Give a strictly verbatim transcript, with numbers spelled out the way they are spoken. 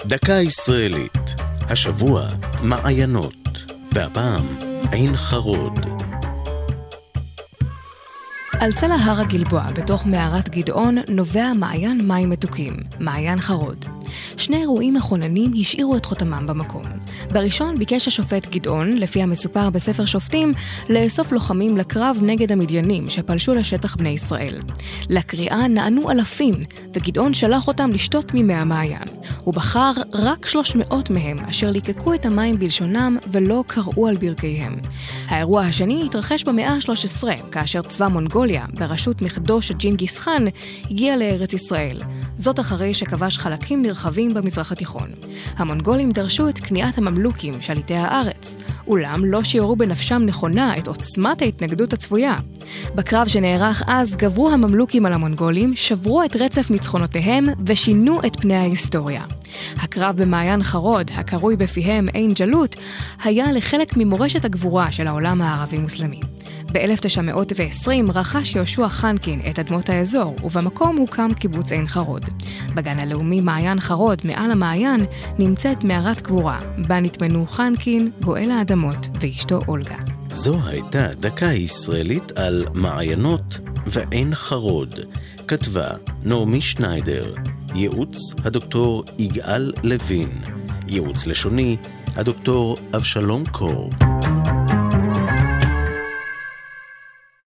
דקה ישראלית, השבוע מעיינות, והפעם עין חרוד. על צלע הר הגלבוע, בתוך מערת גדעון, נובע מעיין מים מתוקים, מעיין חרוד. שני אירועים מכוננים השאירו את חותמם במקום. בראשון ביקש השופט גדעון, לפי המסופר בספר שופטים, לאסוף לוחמים לקרב נגד המדיינים שפלשו לשטח בני ישראל. לקריאה נענו אלפים, וגדעון שלח אותם לשתות ממי המעיין. הוא בחר רק שלוש מאות מהם, אשר ליקקו את המים בלשונם ולא קראו על ברכיהם. האירוע השני התרחש במאה ה-שלוש עשרה, כאשר צבא מונגוליה, בראשות נכדו של ג'ינגיס חאן, הגיע לארץ ישראל. זאת אחרי שכבש חלקים נרחבים במזרח התיכון. המונגולים דרשו את כניעת הממלוכים, שליטי הארץ, אולם לא שיערו בנפשם נכונה את עוצמת ההתנגדות הצפויה. בקרב שנערך אז גברו הממלוכים על המונגולים, שברו את רצף ניצחונותיהם ושינו את פני ההיסטוריה. הקרב במעיין חרוד, הקרוי בפיהם עין ג'לות, היה לחלק ממורשת הגבורה של העולם הערבי-מוסלמי. ב-אלף תשע מאות ועשרים רכש יהושע חנקין את אדמות האזור, ובמקום הוקם קיבוץ עין חרוד. בגן הלאומי מעיין חרוד, מעל המעיין, נמצאת מערת קבורה, בה נטמנו חנקין, גואל האדמות ואשתו אולגה. זו הייתה דקה ישראלית על מעיינות ועין חרוד. כתבה נעמי שניידר, ייעוץ הדוקטור יגאל לוין, ייעוץ לשוני הדוקטור אבשלום קור.